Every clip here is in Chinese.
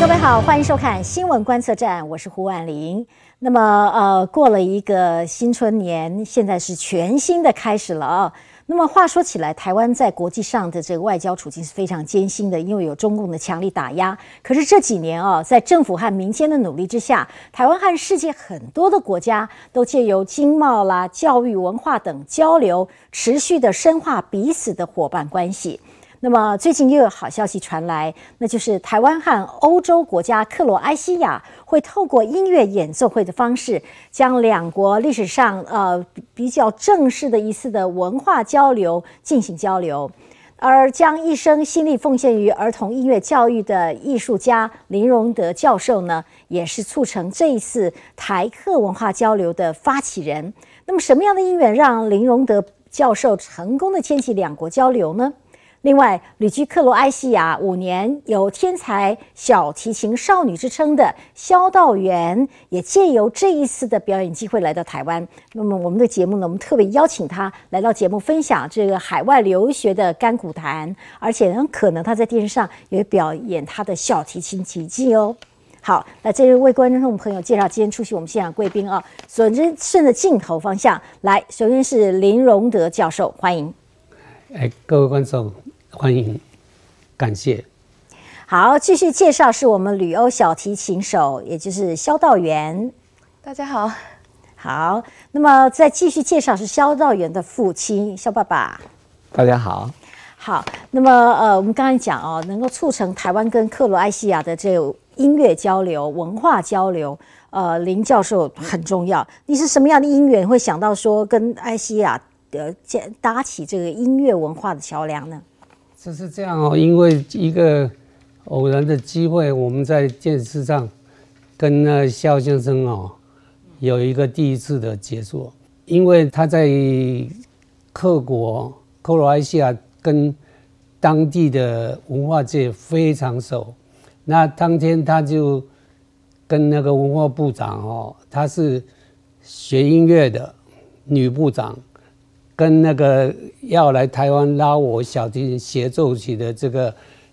各位好，欢迎收看新闻观测站，我是胡婉玲。那么过了一个新春年，现在是全新的开始了啊。那么话说起来，台湾在国际上的这个外交处境是非常艰辛的，因为有中共的强力打压。可是这几年啊，在政府和民间的努力之下，台湾和世界很多的国家都借由经贸啦、教育、文化等交流，持续的深化彼此的伙伴关系。那么最近又有好消息传来，那就是台湾和欧洲国家克罗埃西亚会透过音乐演奏会的方式，将两国历史上比较正式的一次的文化交流进行交流。而将一生心力奉献于儿童音乐教育的艺术家林荣德教授呢，也是促成这一次台克文化交流的发起人。那么什么样的因缘让林荣德教授成功的牵起两国交流呢？另外，旅居克罗埃西亚5年，有天才小提琴少女之称的萧道元，也借由这一次的表演机会来到台湾。那么我们的节目呢，我们特别邀请他来到节目分享这个海外留学的甘苦谈，而且呢，可能他在电视上也会表演他的小提琴奇迹哦。好，那这位观众朋友介绍今天出席我们现场贵宾啊，顺着镜头方向来，首先是林荣德教授，欢迎。 各位观众，欢迎，感谢。 好，继续介绍是我们旅欧小提琴手，也就是萧道元。 大家好。 好，那么再继续介绍是萧道元的父亲萧爸爸。 大家好。 好，那么我们刚才讲哦，能够促成台湾跟克罗埃西亚的这个音乐交流、文化交流，林教授很重要。你是什么样的因缘会想到说跟埃西亚搭起这个音乐文化的桥梁呢？ 就是这样哦，因为一个偶然的机会，我们在电视上跟萧先生哦有一个第一次的接触，因为他在克罗埃西亚跟当地的文化界非常熟，那当天他就跟那个文化部长哦，他是学音乐的女部长。跟那个要来台湾拉我小提琴协奏曲的这个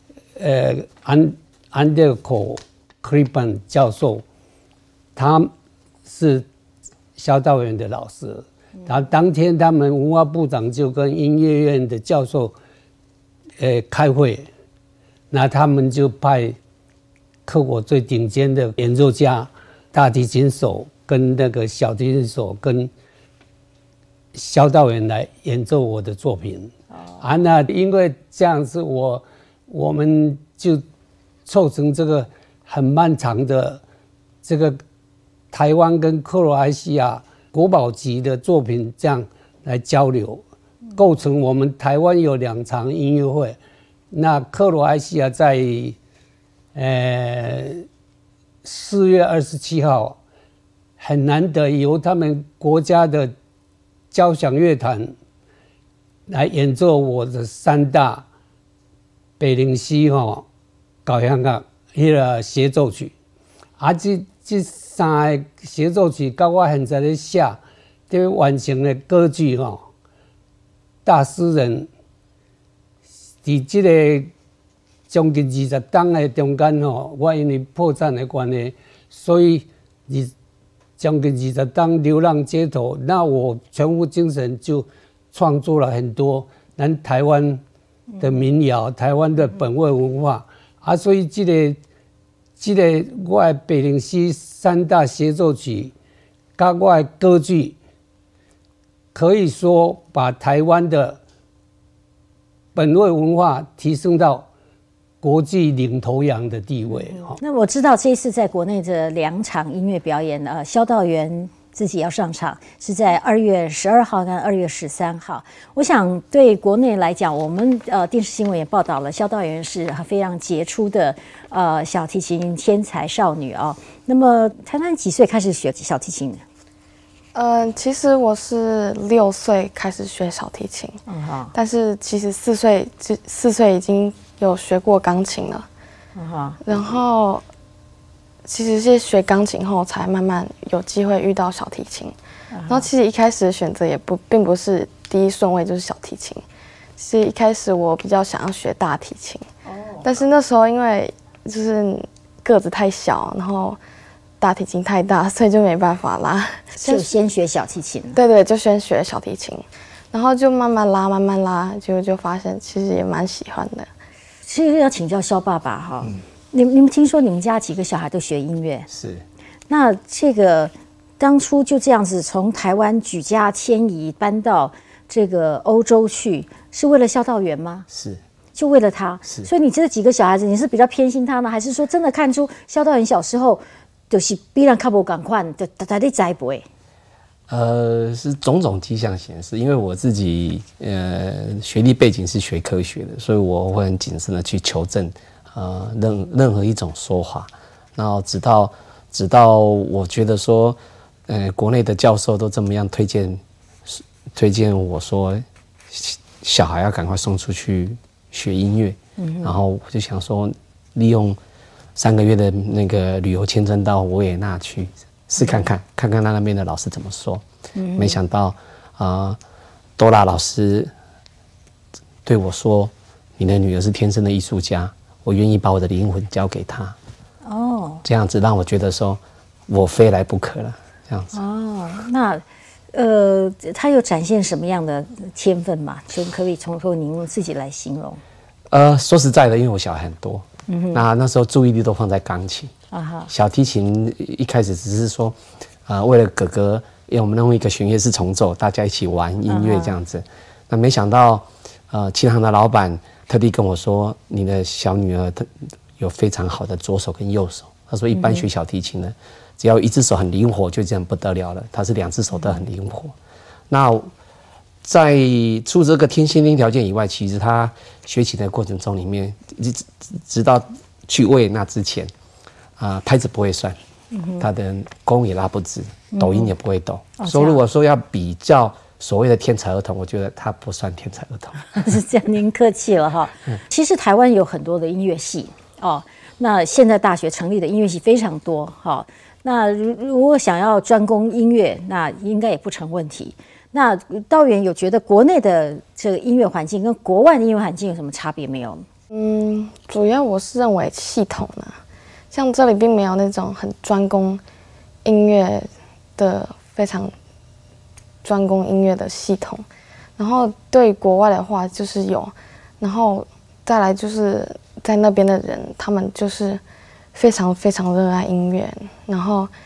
安德口克里本教授，他是萧道元的老师。然后当天他们文化部长就跟音乐院的教授开会，那他们就派克国最顶尖的演奏家、大提琴手跟那个小提琴手跟萧道元来演奏我的作品。那因为这样子我们就凑成这个很漫长的这个台湾跟克罗埃西亚国宝级的作品这样来交流，构成我们台湾有2场音乐会，那克罗埃西亚在4月27号很难得由他们国家的交响乐团来演奏我的3大贝林西搞香港那个协奏曲，这3个协奏曲，到我现在在写这完成的歌剧大诗人，在这个将近20档的中间我因为破产的关系，所以将近20档流浪街头，那我全副精神就创作了很多咱台湾的民谣、台湾的本位文化所以这个我的贝林西3大协奏曲，加我的歌剧，可以说把台湾的本位文化提升到国际领头羊的地位。 那我知道这一次在国内的2场音乐表演，萧道元自己要上场，是在2月12号跟2月13号。我想对国内来讲，我们电视新闻也报道了，萧道元是非常杰出的小提琴天才少女哦。那么谈谈几岁开始学小提琴的？ 其实我是6岁开始学小提琴，但是其实4岁已经有学过钢琴了，然后其实是学钢琴后才慢慢有机会遇到小提琴，然后其实一开始的选择也并不是第一顺位就是小提琴，其实一开始我比较想要学大提琴，但是那时候因为就是个子太小，然后大体积太大，所以就没办法拉。 就先学小提琴。 对对，就先学小提琴，然后就慢慢拉，慢慢拉，就发现其实也蛮喜欢的。 其实要请教肖爸爸哈，你们听说你们家几个小孩都学音乐？ 是。 那这个当初就这样子从台湾举家迁移搬到这个欧洲去，是为了萧道元吗？ 是。 就为了他， 所以你这几个小孩子，你是比较偏心他呢，还是说真的看出萧道元小时候就是比人较无同款，就在你栽培？ 是种种迹象显示，因为我自己学历背景是学科学的，所以我会很谨慎的去求证任何一种说法，然后直到我觉得说，国内的教授都这么样推荐我说，小孩要赶快送出去学音乐，然后我就想说，利用3个月的那个旅游签证到维也纳去试看看那边的老师怎么说。没想到多拉老师对我说：“你的女儿是天生的艺术家，我愿意把我的灵魂交给她。”哦，这样子让我觉得说，我非来不可了。这样子。哦， 那他有展现什么样的天分嘛？就可以从您自己来形容。 说实在的，因为我小孩很多，那时候注意力都放在钢琴，小提琴一开始只是说，为了哥哥，因为我们弄一个弦乐四重奏，大家一起玩音乐这样子。那没想到，琴行的老板特地跟我说，你的小女儿她有非常好的左手跟右手。他说，一般学小提琴呢，只要一只手很灵活，就这样不得了了。他是2只手都很灵活。那在除这个天先天条件以外，其实他学琴的过程中里面，直到去维也纳之前，拍子不会算，他的弓也拉不直，抖音也不会抖。所以如果说要比较所谓的天才儿童，我觉得他不算天才儿童。 是这样，您客气了哈。其实台湾有很多的音乐系哦，那现在大学成立的音乐系非常多哈。那如果想要专攻音乐，那应该也不成问题。那道元有觉得国内的这个音乐环境跟国外的音乐环境有什么差别没有？ 主要我是认为系统呢，像这里并没有那种很专攻音乐的非常专攻音乐的系统，然后对国外的话就是有，然后再来就是在那边的人，他们就是非常非常热爱音乐，然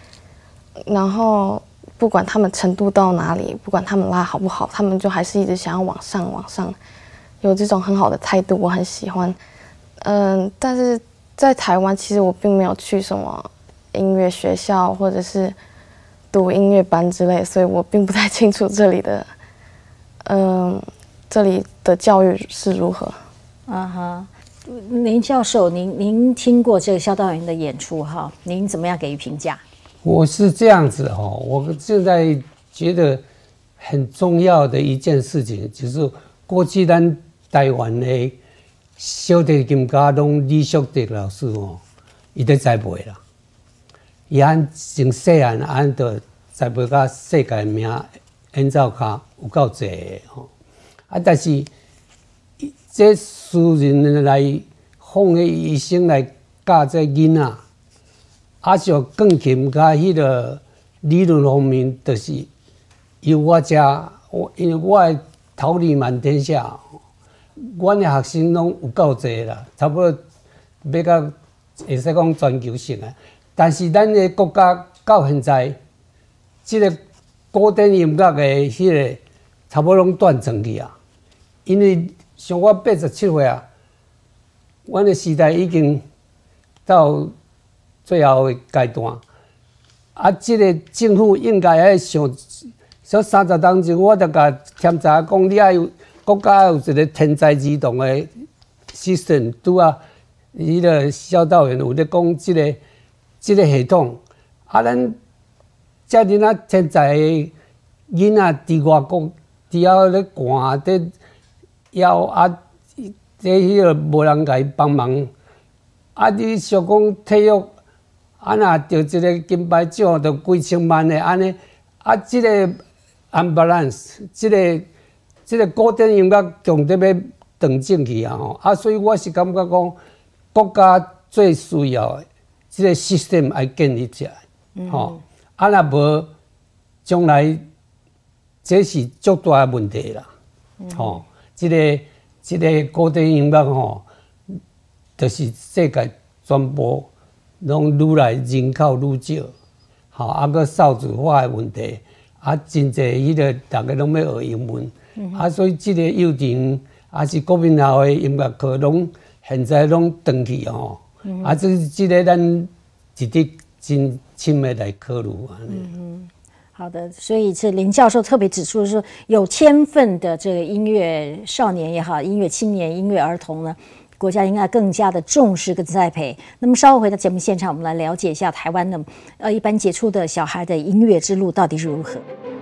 后不管他们程度到哪里，不管他们拉好不好，他们就还是一直想要往上，有这种很好的态度，我很喜欢。但是在台湾，其实我并没有去什么音乐学校或者是读音乐班之类，所以我并不太清楚这里的教育是如何。 林教授，您听过这个萧道元的演出哈？您怎么样给予评价？ 我是这样子哈，我现在觉得很重要的一件事情，就是过去咱台湾的小提琴家拢李淑德老师哦，伊在栽培啦，伊按从细汉按到栽培到世界名演奏家有够济的吼，但是这私人来放个医生来教这囡仔。像钢琴甲迄个理论方面，就是由我遮，因为我的桃李满天下，阮的学生拢有够济啦，差不多要到会使讲全球性的。但是咱的国家到现在，这个古典音乐的迄个差不多拢断层去啊。因为像我87岁啊，阮的时代已经到最后的阶段，这个政府应该要想30当前，我就甲添查讲，你要有国家有一个天才儿童的 system， 拄啊，迄个萧道元有咧讲这个系统，咱遮尔啊天才的囡仔伫外国，伫遐咧寒伫枵这迄个无人甲伊帮忙，你想讲体育？若得一个金牌奖，就几千万的安尼，这个 unbalance， 这个古典音乐强得要断正去啊！所以我是感觉讲，国家最需要的这个 system 要建立起来，啊若无将来这是足大的问题啦，这个古典音乐就是世界全部拢愈来人口愈少，啊个少子化的问题，啊真侪迄个大家拢要学英文，所以这个幼稚园还是国民校的音乐课拢现在拢断去这个咱一直真深的来考虑好的，所以这林教授特别指出说，有天分的这个音乐少年也好，音乐青年、音乐儿童呢，国家应该更加的重视跟栽培。那么稍后回到节目现场，我们来了解一下台湾的一般杰出的小孩的音乐之路到底是如何。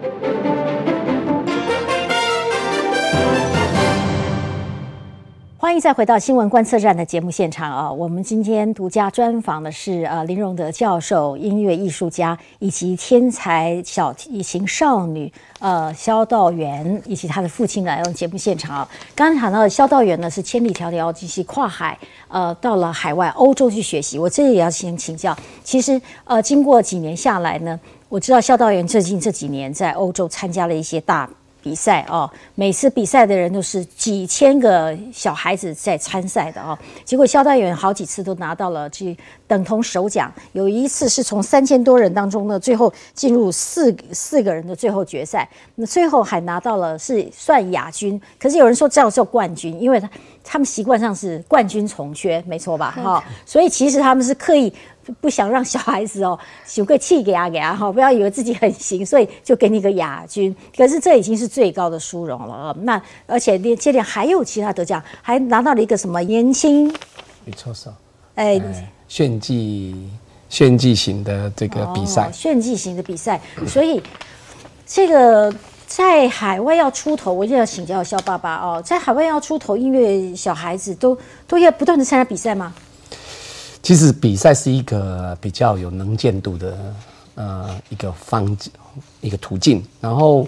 欢迎再回到新闻观测站的节目现场啊！我们今天独家专访的是林荣德教授，音乐艺术家以及天才小提琴少女萧道元以及他的父亲来到节目现场啊。刚才谈到的萧道元呢，是千里迢迢进行跨海到了海外欧洲去学习。我这里也要先请教，其实经过几年下来呢，我知道萧道元最近这几年在欧洲参加了一些大比赛每次比赛的人都是几千个小孩子在参赛的结果萧道元好几次都拿到了等同首奖，有一次是从3000多人当中呢，最后进入四个人的最后决赛，那最后还拿到了是算亚军，可是有人说叫冠军，因为他们习惯上是冠军从缺，没错吧？所以其实他们是刻意不想让小孩子有个气给他不要以为自己很行，所以就给你个亚军。可是这已经是最高的殊荣了那而且接连还有其他得奖，还拿到了一个什么年轻女歌手，炫技型的这个比赛， 炫技型的比赛。所以这个在海外要出头，我一定要请教萧爸爸在海外要出头，音乐小孩子都要不断的参加比赛吗？ 其实比赛是一个比较有能见度的一个途径，然后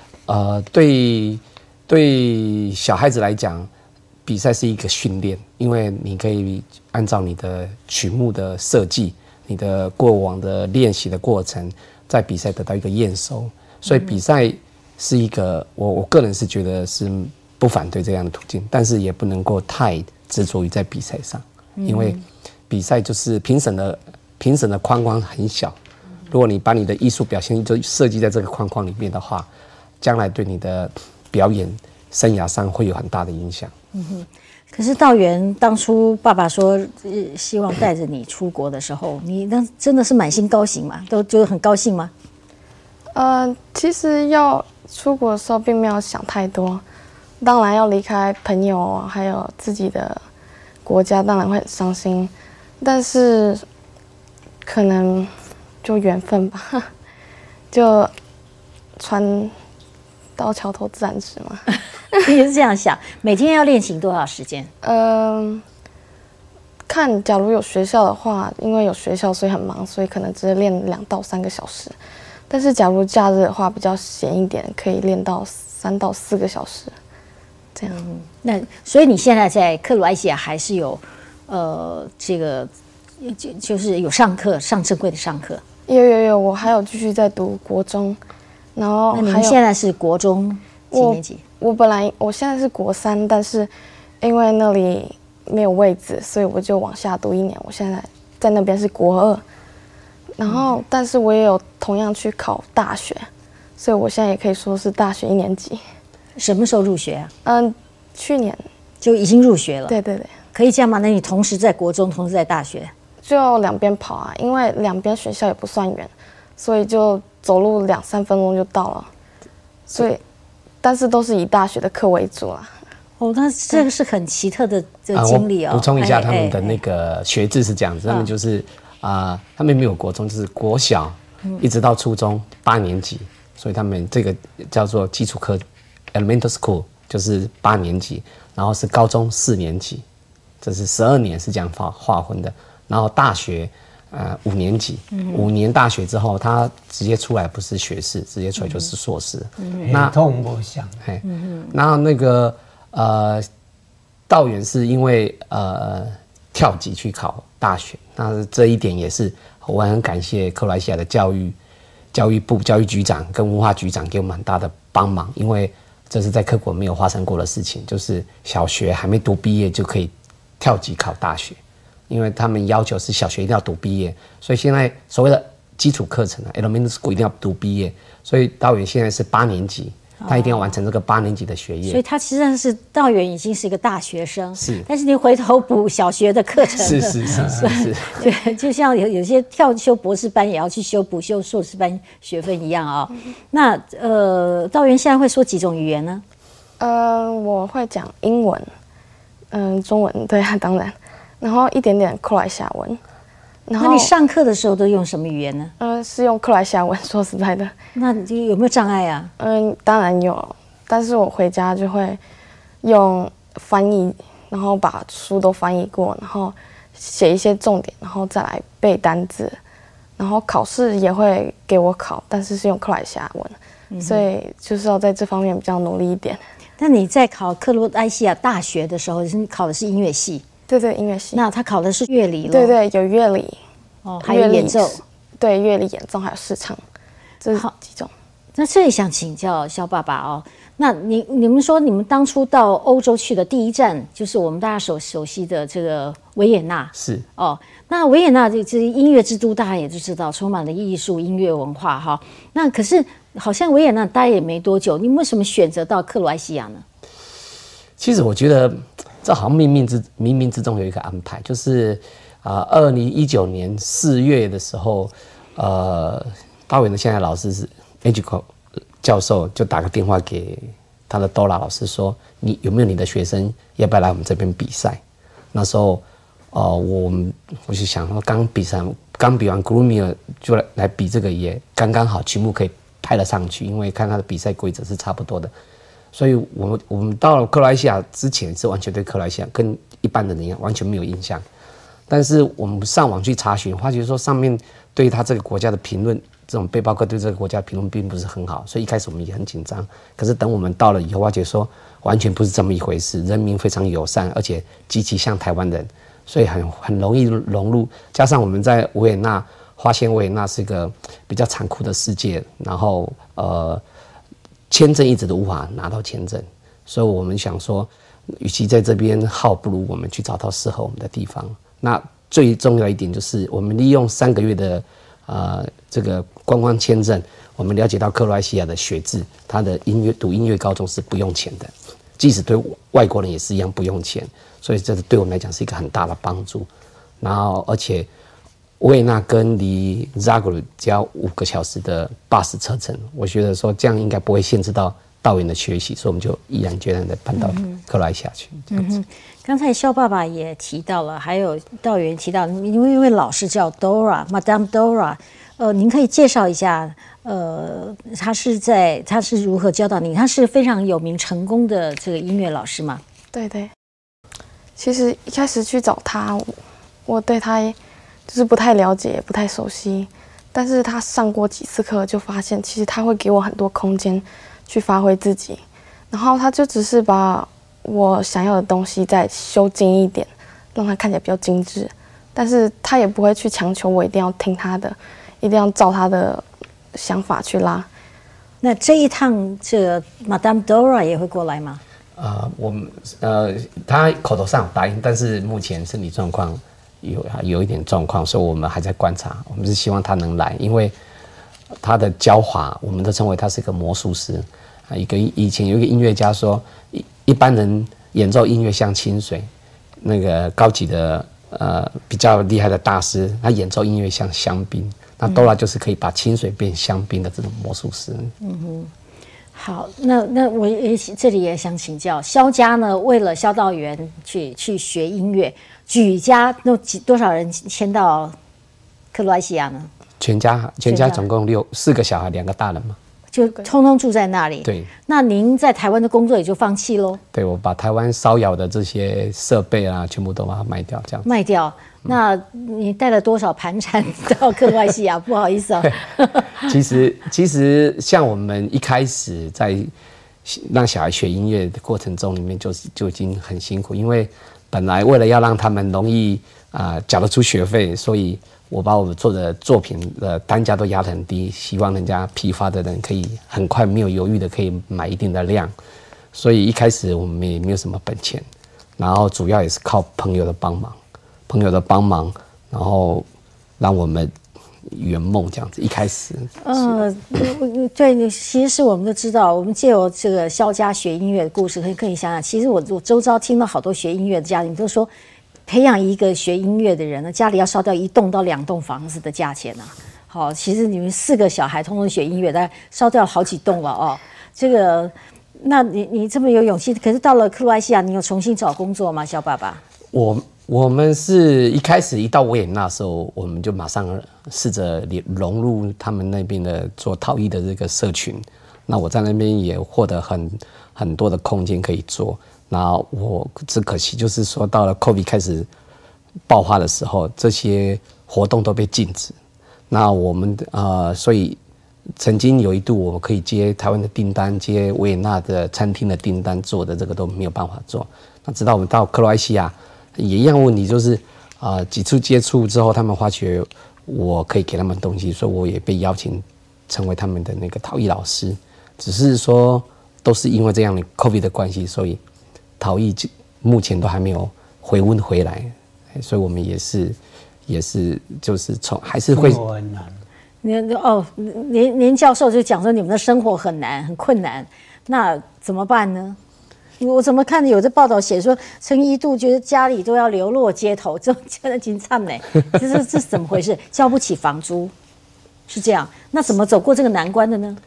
对小孩子来讲，比赛是一个训练，因为你可以按照你的曲目的设计，你的过往的练习的过程，在比赛得到一个验收，所以比赛是一个我个人是觉得是不反对这样的途径，但是也不能够太执着于在比赛上，因为比赛就是评审的框框很小，如果你把你的艺术表现就设计在这个框框里面的话，将来对你的表演生涯上会有很大的影响。 可是道元当初爸爸说希望带着你出国的时候，你那真的是满心高兴嘛？都觉得很高兴吗？ 其实要出国的时候并没有想太多，当然要离开朋友还有自己的国家，当然会很伤心。但是可能就缘分吧，就船到桥头自然直嘛。 你是这样想？每天要练琴多少时间？ 看假如有学校的话，因为有学校所以很忙，所以可能只是练2到3个小时。但是假如假日的话比较闲一点，可以练到3到4个小时，这样。 那所以你现在在克罗埃西亚还是有这个就是有上课，上正规的上课？ 有，我还有继续在读国中，然后那您现在是国中几年级？ 我现在是国3，但是因为那里没有位置，所以我就往下读1年。我现在在那边是国2，然后但是我也有同样去考大学，所以我现在也可以说是大学1年级。 什么时候入学啊？ 去年就已经入学了。 对， 可以这样吗？那你同时在国中，同时在大学？ 就两边跑啊，因为两边学校也不算远，所以就走路2-3分钟就到了。所以，但是都是以大学的课为主啦。 那这个是很奇特的经历哦。 补充一下，他们的那个学制是这样子，他们就是他们没有国中，就是国小一直到初中8年级，所以他们这个叫做基础课 （elementary school），就是8年级，然后是高中4年级，这是12年是这样划分的。然后大学5年级，5年大学之后，他直接出来不是学士，直接出来就是硕士。 那痛不想。 然后那个道元是因为跳级去考大学。那这一点也是我很感谢克罗埃西亚的教育部教育局长跟文化局长给我们很大的帮忙，因为这是在各国没有发生过的事情，就是小学还没读毕业就可以跳级考大学，因为他们要求是小学一定要读毕业，所以现在所谓的基础课程elementary school 一定要读毕业，所以道元现在是8年级。他一定要完成这个8年级的学业， 所以他其实是道元已经是一个大学生， 是。 但是你回头补小学的课程， 是。 对，就像有些修博士班也要去补修硕士班学分一样啊。那道元现在会说几种语言呢？ 我会讲英文，中文，对啊，当然，然后一点点克罗埃西亚文。 那你上课的时候都用什么语言呢？ 是用克罗埃西亚文。说实在的， 那你有没有障碍啊？ 当然有，但是我回家就会用翻译，然后把书都翻译过，然后写一些重点，然后再来背单字，然后考试也会给我考，但是是用克罗埃西亚文，所以就是要在这方面比较努力一点。 那你在考克罗埃西亚大学的时候，你考的是音乐系？ 对，音乐系。 那他考的是乐理了。 对，有乐理， 还有演奏。 对，乐理、演奏还有视唱，这是几种。 那这里想请教肖爸爸哦，那你们说你们当初到欧洲去的第一站，就是我们大家熟悉的这个维也纳。 是。 那维也纳这音乐之都，大家也就知道，充满了艺术、音乐文化哈。那可是好像维也纳待也没多久，你为什么选择到克罗埃西亚呢？ 其实我觉得。这好像冥冥之中有一个安排，就是2019年4月的时候，道元的现在老师是 Angelo 教授，就打个电话给他的 Dora 老师说，你有没有你的学生要不要来我们这边比赛？那时候我就想说，刚比完 Grumio 就来比这个也刚刚好，曲目可以拍了上去，因为看他的比赛规则是差不多的。所以我们到了克罗埃西亚之前是完全对克罗埃西亚跟一般的人一样完全没有印象，但是我们上网去查询，发觉说上面对他这个国家的评论，这种背包客对这个国家的评论并不是很好，所以一开始我们也很紧张。可是等我们到了以后，发觉说完全不是这么一回事，人民非常友善，而且极其像台湾人，所以很容易融入。加上我们在维也纳发现维也纳是一个比较残酷的世界，然后签证一直都无法拿到签证，所以我们想说，与其在这边耗，不如我们去找到适合我们的地方。那最重要一点就是，我们利用3个月的这个观光签证，我们了解到克罗埃西亚的学制，它的读音乐高中是不用钱的，即使对外国人也是一样不用钱，所以这对我们来讲是一个很大的帮助。然后而且维也纳跟离扎格勒只要5个小时的巴士车程，我觉得说这样应该不会限制到道元的学习，所以我们就毅然决然的搬到克罗埃西亚去。 刚才肖爸爸也提到了，还有道元提到，因为老师叫 Dora，Madame Dora，您可以介绍一下，他是如何教导您？他是非常有名成功的这个音乐老师吗？ 对，其实一开始去找他，我对他就是不太了解，不太熟悉，但是他上过几次课，就发现其实他会给我很多空间去发挥自己，然后他就只是把我想要的东西再修精一点，让它看起来比较精致，但是他也不会去强求我一定要听他的，一定要照他的想法去拉。 那这一趟这个 Madame Dora 也会过来吗？ 他口头上有答应，但是目前身体状况有一点状况，所以我们还在观察。我们是希望他能来，因为他的教法，我们都称为他是一个魔术师。以前有一个音乐家说，一般人演奏音乐像清水，那个高级的比较厉害的大师，他演奏音乐像香槟。那Dora就是可以把清水变香槟的这种魔术师。 好，那我这里也想请教肖家呢，为了肖道元去学音乐，举家多少人迁到克罗埃西亚呢？全家总共4个小孩2个大人嘛，就通通住在那里。对，那您在台湾的工作也就放弃咯？对，我把台湾烧窑的这些设备啊，全部都把它卖掉，这样卖掉。那你带了多少盘缠到克罗埃西亚？不好意思哦。其实像我们一开始在让小孩学音乐的过程中里面，就已经很辛苦，因为本来为了要让他们容易缴得出学费，所以我把我做的作品的单价都压得很低，希望人家批发的人可以很快没有犹豫的可以买一定的量。所以一开始我们也没有什么本钱，然后主要也是靠朋友的帮忙，然后让我们圆梦这样子。一开始， 对，其实是我们都知道，我们借由这个萧家学音乐的故事，可以想想，其实我周遭听到好多学音乐的家庭都说，培养一个学音乐的人呢，家里要烧掉1栋到2栋房子的价钱啊。好，其实你们4个小孩通通学音乐，大概烧掉了好几栋了哦。这个，那你这么有勇气，可是到了克罗埃西亚，你有重新找工作吗，萧爸爸？ 我们是一开始一到维也纳的时候，我们就马上试着融入他们那边的做陶艺的这个社群。那我在那边也获得很多的空间可以做。那我只可惜就是说，到了 COVID 开始爆发的时候，这些活动都被禁止。那我们所以曾经有一度我可以接台湾的订单，接维也纳的餐厅的订单，做的这个都没有办法做。那直到我们到克罗埃西亚。也一样问题，就是几次接触之后，他们发觉我可以给他们东西，所以我也被邀请成为他们的那个陶艺老师。只是说都是因为这样的 COVID 的关系，所以陶艺目前都还没有回温回来，所以我们也是就是还是会很难。 您教授就讲说你们的生活很难很困难，那怎么办呢？我怎么看有这报道写说，曾一度觉得家里都要流落街头，这真的挺惨呢。这是怎么回事？交不起房租，是这样。那怎么走过这个难关的呢？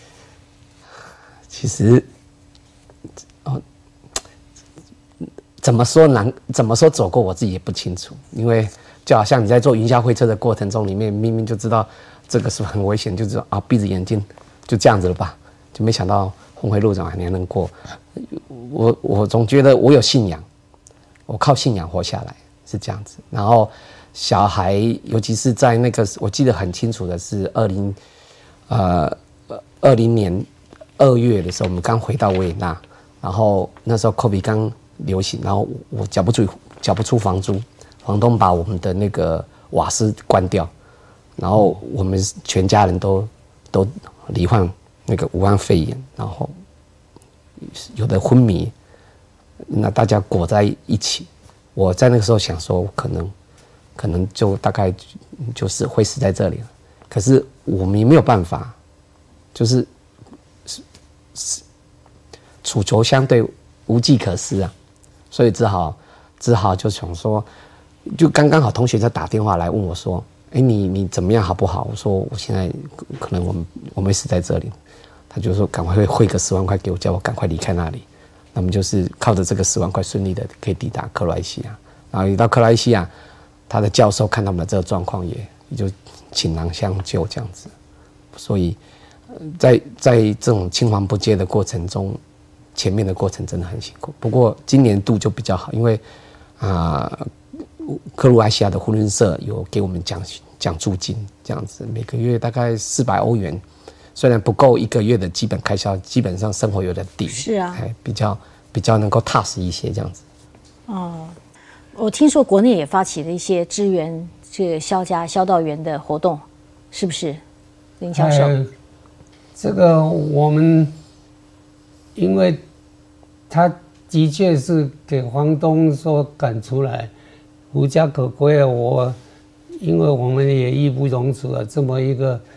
其实，怎么说走过，我自己也不清楚。因为就好像你在坐云霄飞车的过程中，里面明明就知道这个是很危险，就知道闭着眼睛就这样子了吧，就没想到峰回路转还能过。我总觉得我有信仰，我靠信仰活下来是这样子。然后小孩，尤其是在那个我记得很清楚的是2020年2月的时候，我们刚回到维也纳，然后那时候 COVID 刚流行，然后我缴不出房租，房东把我们的那个瓦斯关掉，然后我们全家人都罹患那个武汉肺炎，然后有的昏迷，那大家裹在一起。我在那个时候想说，可能就大概就是会死在这里了。可是我们也没有办法，就是处求相对无计可施啊，所以只好就想说，就刚刚好同学在打电话来问我说，你怎么样好不好？我说我现在可能我们死在这里。他就说赶快汇个10万块给我，叫我赶快离开那里。那么就是靠着这个10万块顺利的可以抵达克罗埃西亚。然后一到克罗埃西亚，他的教授看到我们的这个状况，也就倾囊相救这样子。所以在这种青黄不接的过程中，前面的过程真的很辛苦。不过今年度就比较好，因为克罗埃西亚的婚姻社有给我们奖助金，这样子每个月大概400欧元。虽然不够1个月的基本开销，基本上生活有点低， 是啊， 比较能够踏实一些这样子。 我听说国内也发起了一些支援这个萧道员的活动，是不是，林教授？ 这个我们因为他的确是给房东说赶出来，无家可归啊。因为我们也义不容辞啊，这么一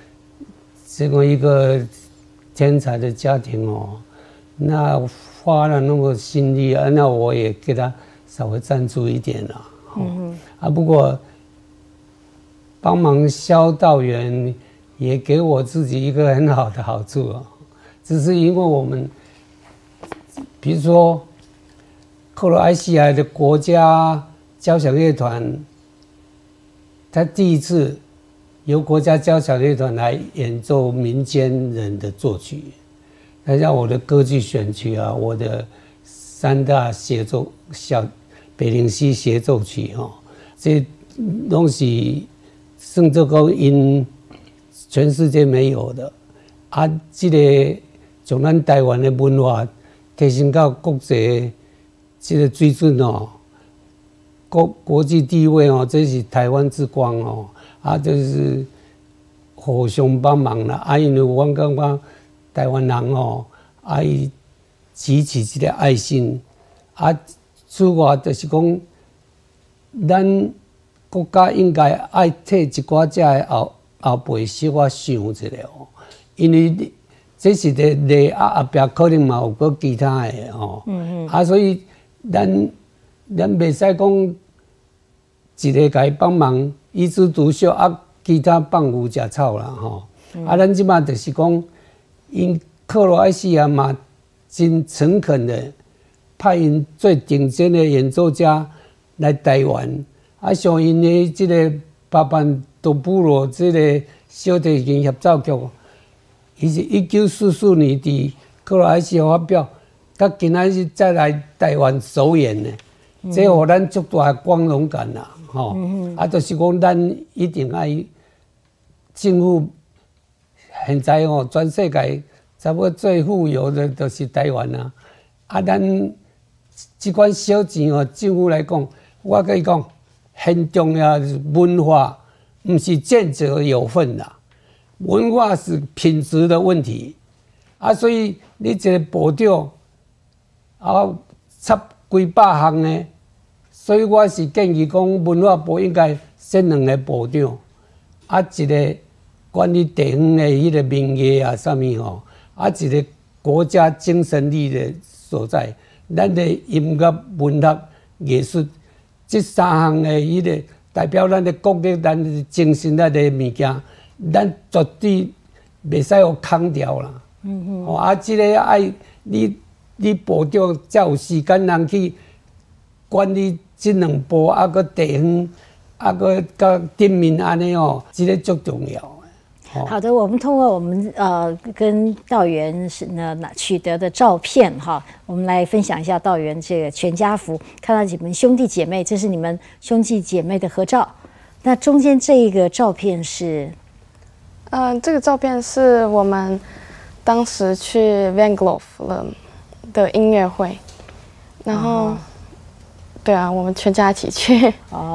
个天才的家庭哦，那花了那么心力啊，那我也给他稍微赞助一点了。不过帮忙萧道员也给我自己一个很好的好处哦，只是因为我们，比如说克罗埃西亚的国家交响乐团，他第一次由国家交响乐团来演奏民间人的作曲，那像我的歌剧选曲啊，我的3大协奏北灵西协奏曲这东西甚至讲因全世界没有的这个从咱台湾的文化提升到国际这个水准国际地位哦，这是台湾之光哦，就是互相帮忙啦，因为我感觉台湾人哦，伊支持这个爱心，此外就是讲，咱国家应该爱替一寡只后辈小可想一下哦，因为这是个例后壁可能嘛有个其他的哦，所以咱袂使讲一个甲伊帮忙，伊只独秀其他放牛吃草啦吼。咱即马就是讲，因克罗埃西亚嘛，真诚恳的派因最顶尖的演奏家来台湾，像因的这个巴班多布罗这个小提琴协奏曲，伊是1944年伫克罗埃西亚发表，到今仔日再来台湾首演呢，这互咱足大的光荣感啦，吼！就是讲咱一定爱政府现在哦，全世界差不多最富有的就是台湾啊！咱这款小钱哦，政府来讲，我跟你讲，很重要的文化，不是见者有份啦。文化是品质的问题所以你一个部长插几百项呢，所以我是建议讲，文化部应该选2个部长一个管理地方的迄个民艺啥物吼，一个国家精神力的所在，咱的音乐、文学、艺术这3项的迄个代表咱的国力、咱的精神那个物件，咱绝对袂使互空掉啦。这个爱你部长才有时间人去管理这2部，个地方，个甲人民安尼哦，这个足重要。 好的，我们通过我们跟道元取得的照片哈，我们来分享一下道元这个全家福，看到你们兄弟姐妹，这是你们兄弟姐妹的合照。那中间这一个照片是， 这个照片是我们当时去 Van Gogh 的音乐会，然后，对啊，我们全家一起去。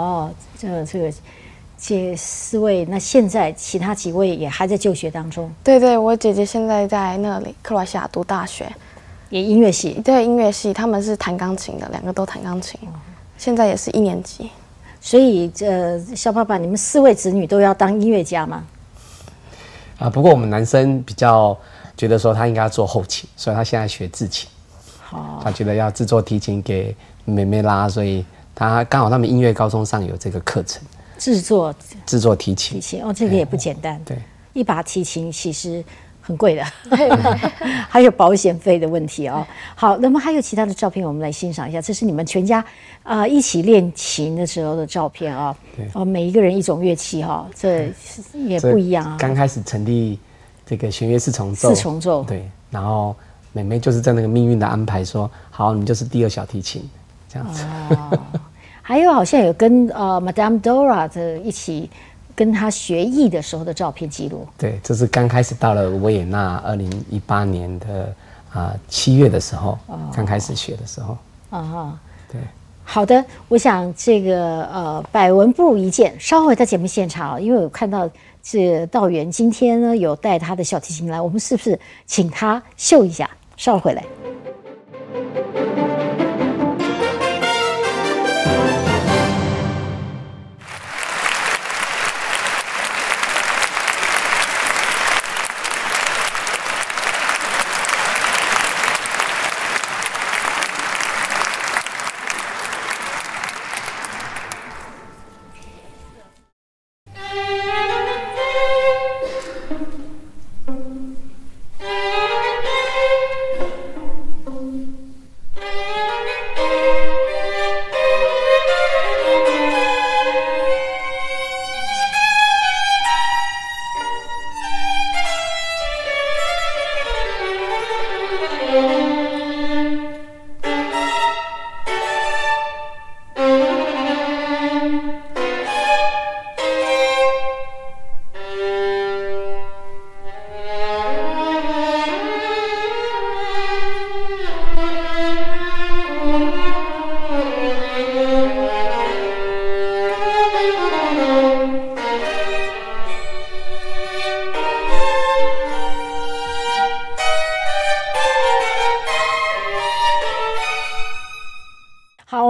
这4位，那现在其他几位也还在就学当中。 对，我姐姐现在在那里克罗西亚读大学， 也音乐系。 对，音乐系，他们是弹钢琴的，2个都弹钢琴，现在也是1年级。 所以，肖爸爸，你们4位子女都要当音乐家吗？ 不过我们男生比较觉得说他应该要做后琴，所以他现在学制琴。他觉得要制作提琴给妹妹拉，所以他刚好他们音乐高中上有这个课程。制作提琴这个也不简单。 对， 一把提琴其实很贵的，还有保险费的问题哦。好，那么还有其他的照片，我们来欣赏一下。这是你们全家一起练琴的时候的照片每一个人一种乐器这也不一样刚开始成立这个弦乐4重奏，对，然后妹妹就是在那个命运的安排说，好，你就是第2小提琴这样子。 还有好像有跟Madame Dora 的一起跟她学艺的时候的照片记录。 对，这是刚开始到了维也纳2018年的7月的时候，刚开始学的时候。对。 好的，我想这个百闻不如一见。稍后在节目现场因为我看到这道元今天呢有带他的小提琴来，我们是不是请他秀一下？稍后回来。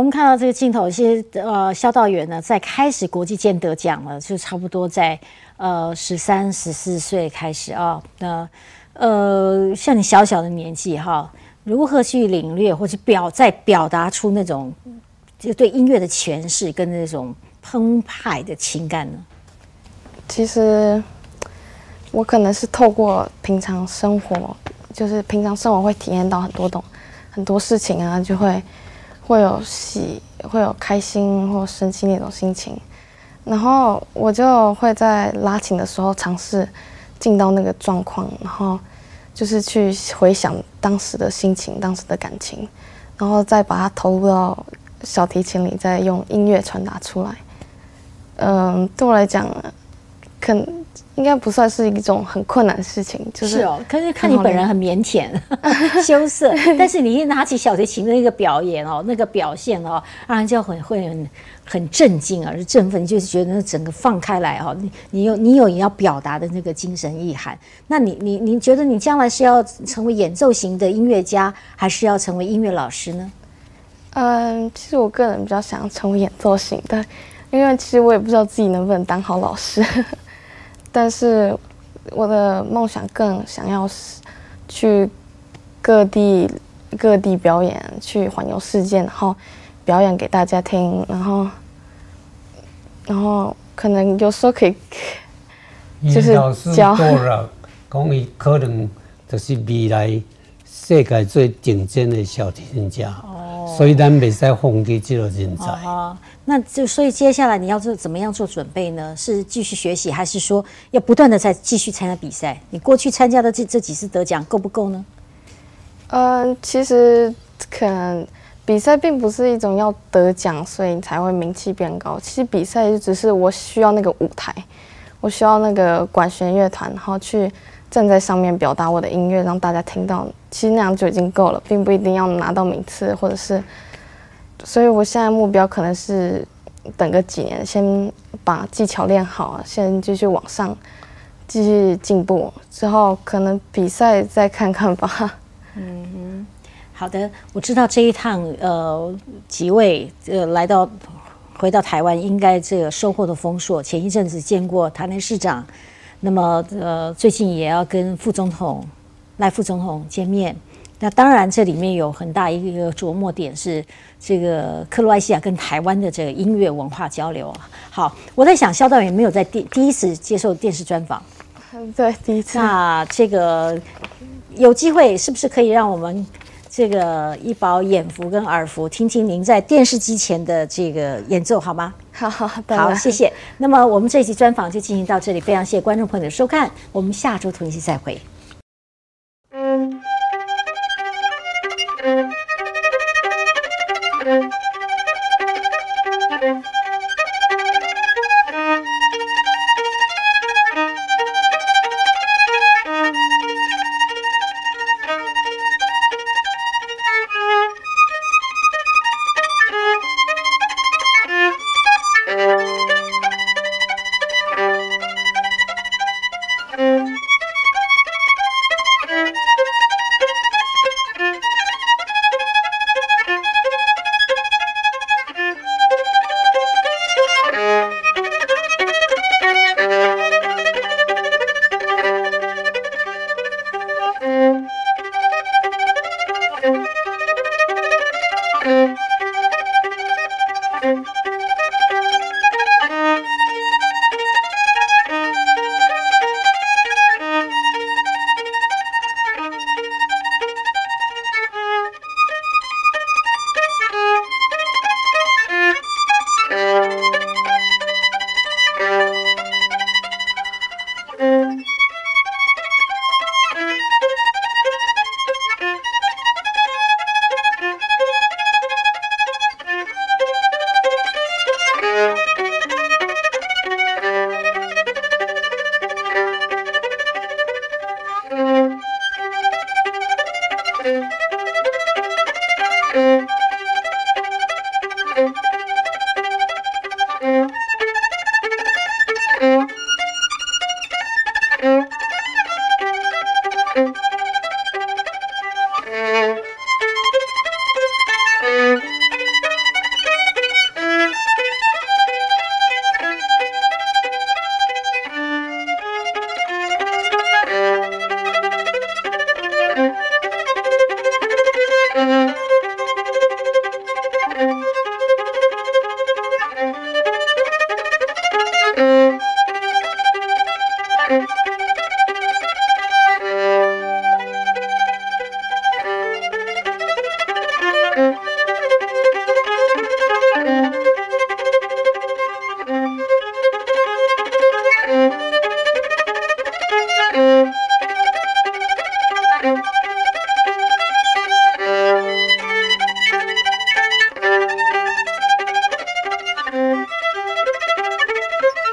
们看到这个镜头，其实萧道元呢，在开始国际间得奖了，就差不多在13、14岁开始啊。那像你小小的年纪哈，如何去领略或者表达出那种就对音乐的诠释跟那种澎湃的情感呢？ 其实我可能是透过平常生活，就是平常生活会体验到很多事情啊，就会有会有开心或生气那种心情，然后我就会在拉琴的时候尝试进到那个状况，然后就是去回想当时的心情、当时的感情，然后再把它投入到小提琴里，再用音乐传达出来。对我来讲，应该不算是一种很困难的事情，就是哦。可是看你本人很腼腆、羞涩，但是你一拿起小提琴的那个表演哦，那个表现哦，让人就会很震惊啊，是振奋，就是觉得那整个放开来哈、哦，你有你要表达的那个精神意涵。那你觉得你将来是要成为演奏型的音乐家，还是要成为音乐老师呢？ 其实我个人比较想要成为演奏型的，因为其实我也不知道自己能不能当好老师。但是我的梦想更想要去各地表演，去环游世界，然后表演给大家听，然后可能有时候可以就是教。 老师多了，讲伊可能就是未来世界最顶尖的小提琴家。所以咱袂使放弃这个人才。 那就所以接下来你要怎么样做准备呢？是继续学习，还是说要不断的再继续参加比赛？你过去参加的这几次得奖够不够呢？ 其实可能比赛并不是一种要得奖，所以你才会名气变高。其实比赛就只是我需要那个舞台，我需要那个管弦乐团，然后去站在上面表达我的音乐，让大家听到。其实那样就已经够了，并不一定要拿到名次，或者是。所以我现在目标可能是等个几年，先把技巧练好，先继续往上，继续进步，之后可能比赛再看看吧。 好的，我知道这一趟几位回到台湾，应该这个收获的丰硕。前一阵子见过台南市长，那么最近也要跟赖副总统见面。那当然，这里面有很大一个琢磨点是这个克罗埃西亚跟台湾的这个音乐文化交流啊。好，我在想，萧道元没有在第一次接受电视专访， 对，第一次。 那这个有机会是不是可以让我们这个一饱眼福跟耳福，听听您在电视机前的这个演奏好吗？ 好， 谢谢。那么我们这一集专访就进行到这里，非常谢谢观众朋友的收看，我们下周同一期再会。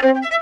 拜。